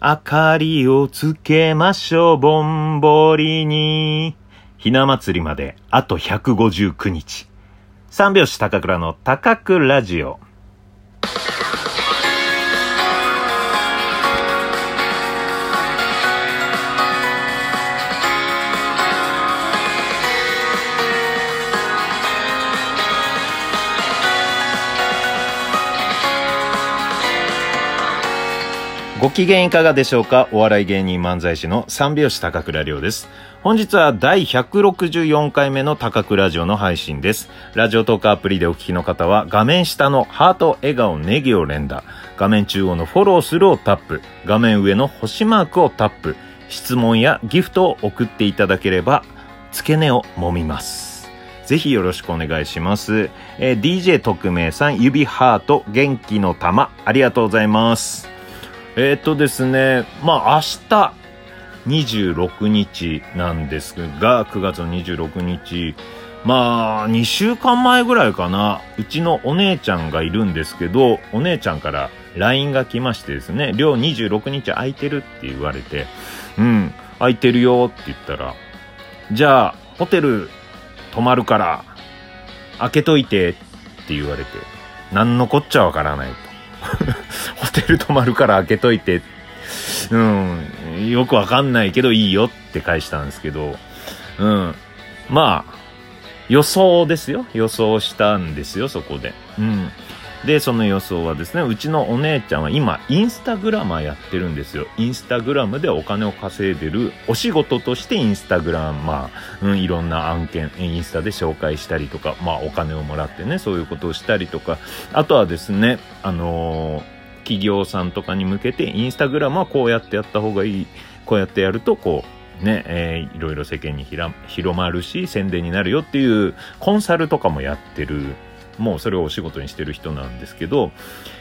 明かりをつけましょうぼんぼりに。ひな祭りまであと159日。三拍子高倉の高倉ラジオ。ご機嫌いかがでしょうか。お笑い芸人漫才師の三拍子高倉涼です。本日は第164回目の高倉ラジオの配信です。ラジオトークアプリでお聞きの方は画面下のハート、笑顔、ネギを連打、画面中央のフォローするをタップ、画面上の星マークをタップ、質問やギフトを送っていただければ付け根を揉みます。ぜひよろしくお願いします。DJ 特命さん、指ハート、元気の玉、ありがとうございます。ですね、明日26日なんですが、9月の26日、2週間前ぐらいかな、うちのお姉ちゃんがいるんですけど、お姉ちゃんから LINE が来ましてですね、りょう26日空いてるって言われて、空いてるよって言ったら、じゃあホテル泊まるから開けといてって言われて、なんのこっちゃわからないと。ホテル泊まるから開けといて、よくわかんないけどいいよって返したんですけど、予想ですよ。予想したんですよ、そこで。で、その予想はですね、うちのお姉ちゃんは今、インスタグラマーやってるんですよ。インスタグラムでお金を稼いでる、お仕事としてインスタグラマー、いろんな案件、インスタで紹介したりとか、お金をもらってね、そういうことをしたりとか、あとはですね、企業さんとかに向けて、インスタグラムはこうやってやった方がいい、こうやってやると、いろいろ世間に広まるし、宣伝になるよっていう、コンサルとかもやってる、もうそれをお仕事にしてる人なんですけど、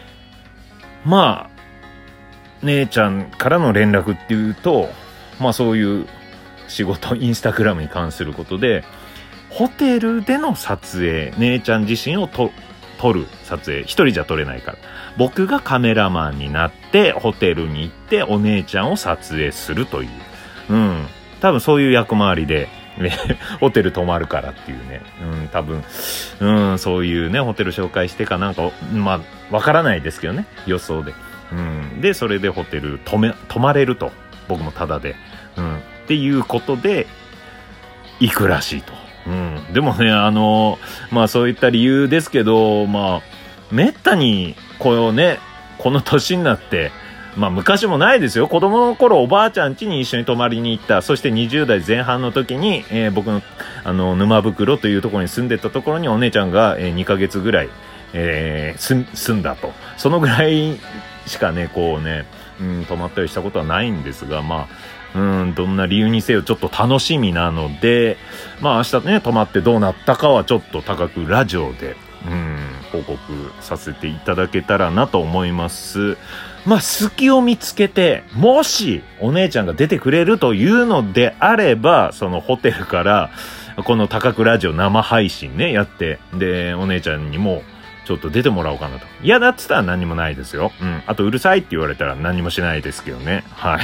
姉ちゃんからの連絡っていうと、そういう仕事、インスタグラムに関することで、ホテルでの撮影、姉ちゃん自身を撮る撮影、一人じゃ撮れないから、僕がカメラマンになってホテルに行ってお姉ちゃんを撮影するという、多分そういう役回りでホテル泊まるからっていうね、多分、そういうね、ホテル紹介してかなんか、わからないですけどね、予想で。で、それでホテル泊まれると、僕もタダで、っていうことで、行くらしいと。でもね、そういった理由ですけど、めったに、この年になって、昔もないですよ。子供の頃おばあちゃん家に一緒に泊まりに行った。そして20代前半の時に、僕の沼袋というところに住んでたところにお姉ちゃんが、2ヶ月ぐらい、住んだと。そのぐらいしかね、泊まったりしたことはないんですが、どんな理由にせよちょっと楽しみなので、明日ね、泊まってどうなったかはちょっと高くラジオで、報告させていただけたらなと思います。隙を見つけて、もしお姉ちゃんが出てくれるというのであれば、そのホテルからこの高倉ラジオ生配信ね、やって、で、お姉ちゃんにもちょっと出てもらおうかなと。嫌だって言ったら何もないですよ。あとうるさいって言われたら何もしないですけどね。はい。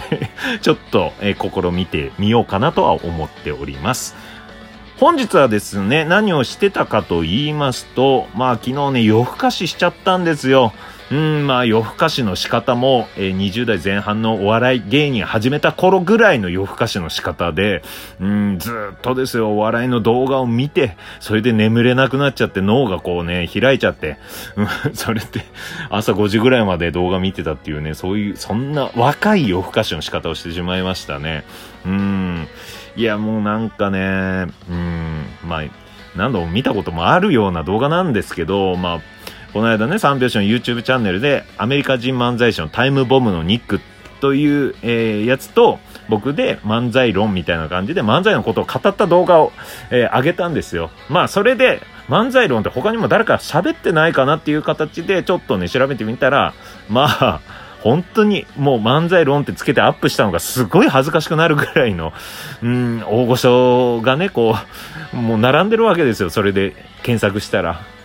ちょっと、試みてみようかなとは思っております。本日はですね、何をしてたかと言いますと、昨日ね、夜更かししちゃったんですよ。夜更かしの仕方も、20代前半のお笑い芸人始めた頃ぐらいの夜更かしの仕方で、ずっとですよ、お笑いの動画を見て、それで眠れなくなっちゃって脳が開いちゃって、それで朝5時ぐらいまで動画見てたっていうね、そんな若い夜更かしの仕方をしてしまいましたね。いや、もうなんかね、何度も見たこともあるような動画なんですけど、この間ね、三拍子の YouTube チャンネルでアメリカ人漫才師のタイムボムのニックという、やつと僕で漫才論みたいな感じで漫才のことを語った動画を、上げたんですよ。それで漫才論って他にも誰か喋ってないかなっていう形でちょっとね、調べてみたら、本当にもう漫才論ってつけてアップしたのがすごい恥ずかしくなるぐらいの、大御所がね、もう並んでるわけですよ。それで検索したら。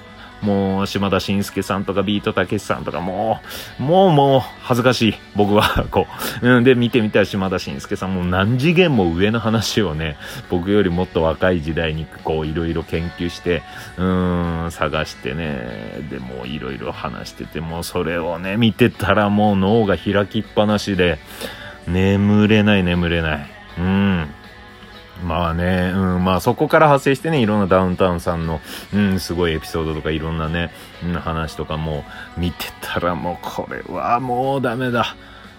もう島田紳介さんとかビートたけしさんとかもう恥ずかしい僕はで見てみたら島田紳介さんも何次元も上の話をね、僕よりもっと若い時代にいろいろ研究して探してね、でもいろいろ話してて、もうそれをね見てたらもう脳が開きっぱなしで眠れない。まあね、まあそこから派生してね、いろんなダウンタウンさんの、すごいエピソードとかいろんなね、話とかも見てたらもうこれはもうダメだ。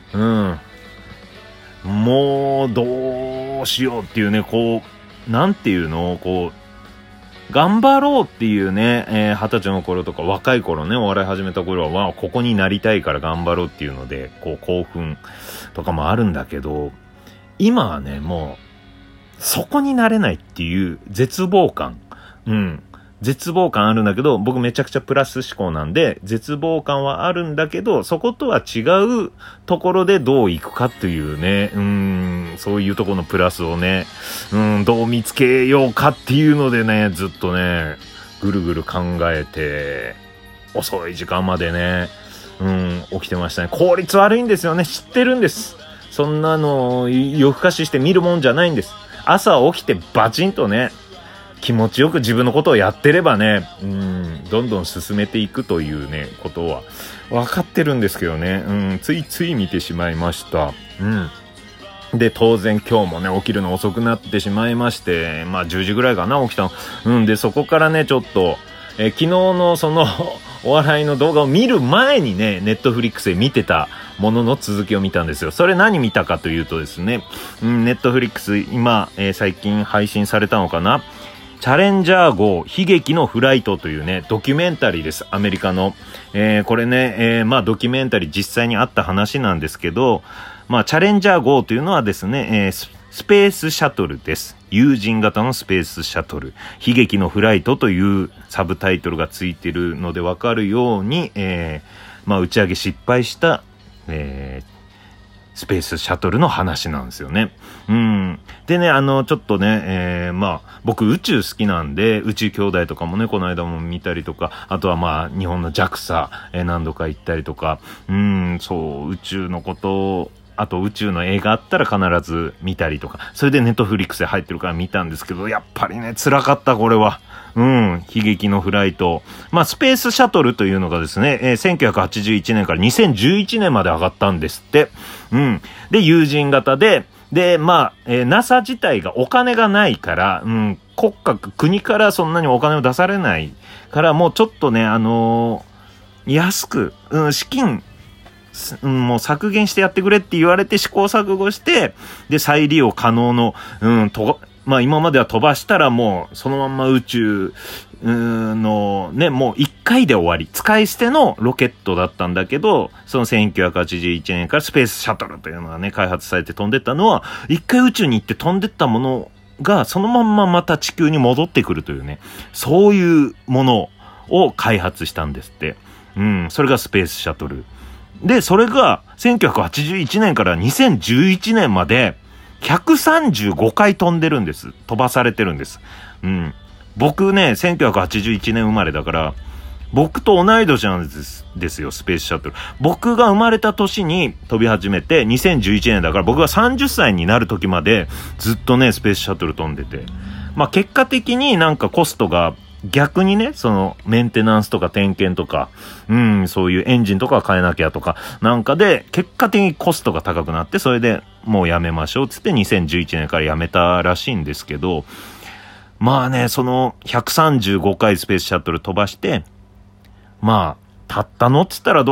もうどうしようっていうね、なんていうの、頑張ろうっていうね、20歳の頃とか若い頃ね、お笑い始めた頃は、ここになりたいから頑張ろうっていうので、興奮とかもあるんだけど、今はね、もう、そこになれないっていう絶望感。絶望感あるんだけど、僕めちゃくちゃプラス思考なんで、絶望感はあるんだけど、そことは違うところでどういくかっていうね、そういうところのプラスをね、どう見つけようかっていうのでね、ずっとね、ぐるぐる考えて、遅い時間までね、起きてましたね。効率悪いんですよね。知ってるんです。そんなの夜更かしして見るもんじゃないんです。朝起きてバチンとね、気持ちよく自分のことをやってればね、どんどん進めていくというね、ことは分かってるんですけどね、ついつい見てしまいました。で、当然今日もね、起きるの遅くなってしまいまして、10時ぐらいかな、起きたの。で、そこからね、ちょっと、昨日のその、お笑いの動画を見る前にね、ネットフリックスで見てたものの続きを見たんですよ。それ何見たかというとですね、ネットフリックス今、最近配信されたのかな、チャレンジャー号悲劇のフライトというね、ドキュメンタリーです。アメリカの。これね、ドキュメンタリー実際にあった話なんですけど、チャレンジャー号というのはですね、スペースシャトルです。有人型のスペースシャトル。悲劇のフライトというサブタイトルがついているのでわかるように、打ち上げ失敗した、スペースシャトルの話なんですよね。でね、ちょっとね、僕宇宙好きなんで、宇宙兄弟とかもね、この間も見たりとか、あとは日本の JAXA、何度か行ったりとか、そう、宇宙のことを、あと宇宙の映画あったら必ず見たりとか、それでネットフリックスで入ってるから見たんですけど、やっぱりね、辛かった、これは。悲劇のフライト。スペースシャトルというのがですね、1981年から2011年まで上がったんですって。で、有人型で、NASA 自体がお金がないから、国からそんなにお金を出されないから、もうちょっとね、安く、資金、もう削減してやってくれって言われて試行錯誤して、で、再利用可能の、今までは飛ばしたらもう、そのまんま宇宙のね、もう一回で終わり。使い捨てのロケットだったんだけど、その1981年からスペースシャトルというのがね、開発されて飛んでったのは、一回宇宙に行って飛んでったものが、そのまんままた地球に戻ってくるというね、そういうものを開発したんですって。それがスペースシャトル。で、それが1981年から2011年まで135回飛んでるんです。飛ばされてるんです。僕ね、1981年生まれだから、僕と同い年なんですよ、スペースシャトル。僕が生まれた年に飛び始めて、2011年だから僕が30歳になる時までずっとね、スペースシャトル飛んでて。結果的になんかコストが逆にね、そのメンテナンスとか点検とか、そういうエンジンとか変えなきゃとか、なんかで結果的にコストが高くなって、それでもうやめましょうっつって2011年からやめたらしいんですけど、その135回スペースシャトル飛ばして、たったのっつったら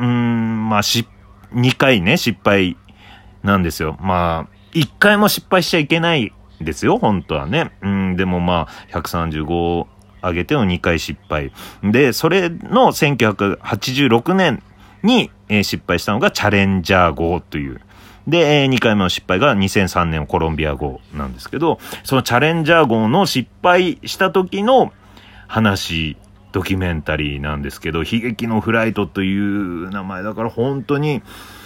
2回ね、失敗なんですよ。1回も失敗しちゃいけないんですよ、本当はね。でも135上げての2回失敗。で、それの1986年に、失敗したのがチャレンジャー号という。で、2回目の失敗が2003年のコロンビア号なんですけど、そのチャレンジャー号の失敗した時の話、ドキュメンタリーなんですけど、悲劇のフライトという名前だから本当に、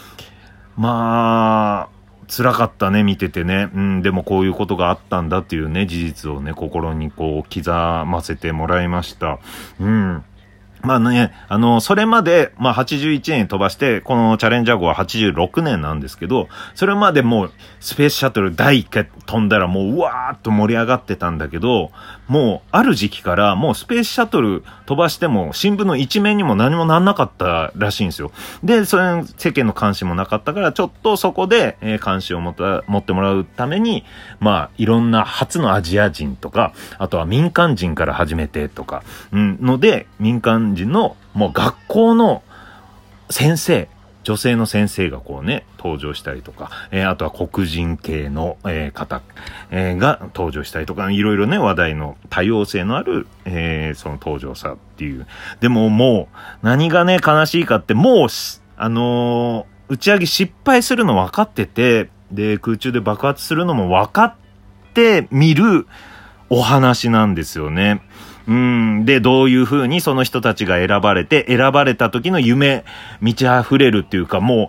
辛かったね、見ててね。でもこういうことがあったんだっていうね、事実をね、心に刻ませてもらいました。 まあね、それまで、まあ81年飛ばして、このチャレンジャー号は86年なんですけど、それまでもうスペースシャトル第1回飛んだらもううわーっと盛り上がってたんだけど、もうある時期からもうスペースシャトル飛ばしても新聞の一面にも何もなんなかったらしいんですよ。で、それ世間の関心もなかったから、ちょっとそこで、関心を持ってもらうために、まあいろんな初のアジア人とか、あとは民間人から始めてとか、ので、民間人のもう学校の先生、女性の先生がこうね、登場したりとか、あとは黒人系の、方、が登場したりとか、いろいろね、話題の多様性のある、その登場さっていう。でももう、何がね、悲しいかって、もう、打ち上げ失敗するの分かってて、で、空中で爆発するのも分かって見るお話なんですよね。で、どういう風にその人たちが選ばれた時の夢、満ち溢れるっていうか、も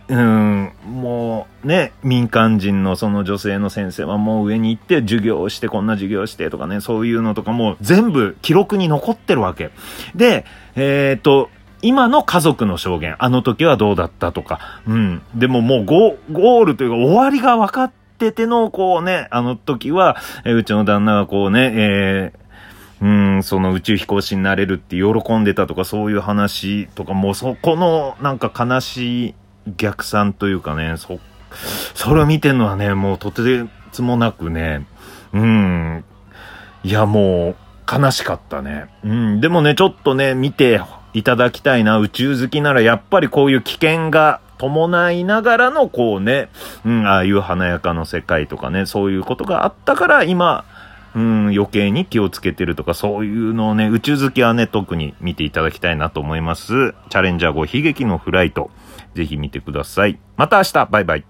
うね、民間人のその女性の先生はもう上に行って授業をして、こんな授業をしてとかね、そういうのとかも全部記録に残ってるわけ。で、今の家族の証言、あの時はどうだったとか、でももうゴールというか終わりが分かってての、こうね、あの時は、うちの旦那がこうね、その宇宙飛行士になれるって喜んでたとか、そういう話とか、もうそこのなんか悲しい逆算というかね、それを見てるのはね、もうとてつもなくね、いやもう悲しかったね。でもね、ちょっとね、見ていただきたいな、宇宙好きならやっぱりこういう危険が伴いながらのこうね、ああいう華やかの世界とかね、そういうことがあったから今、余計に気をつけてるとか、そういうのをね、宇宙好きはね、特に見ていただきたいなと思います。チャレンジャー号悲劇のフライト、ぜひ見てください。また明日、バイバイ。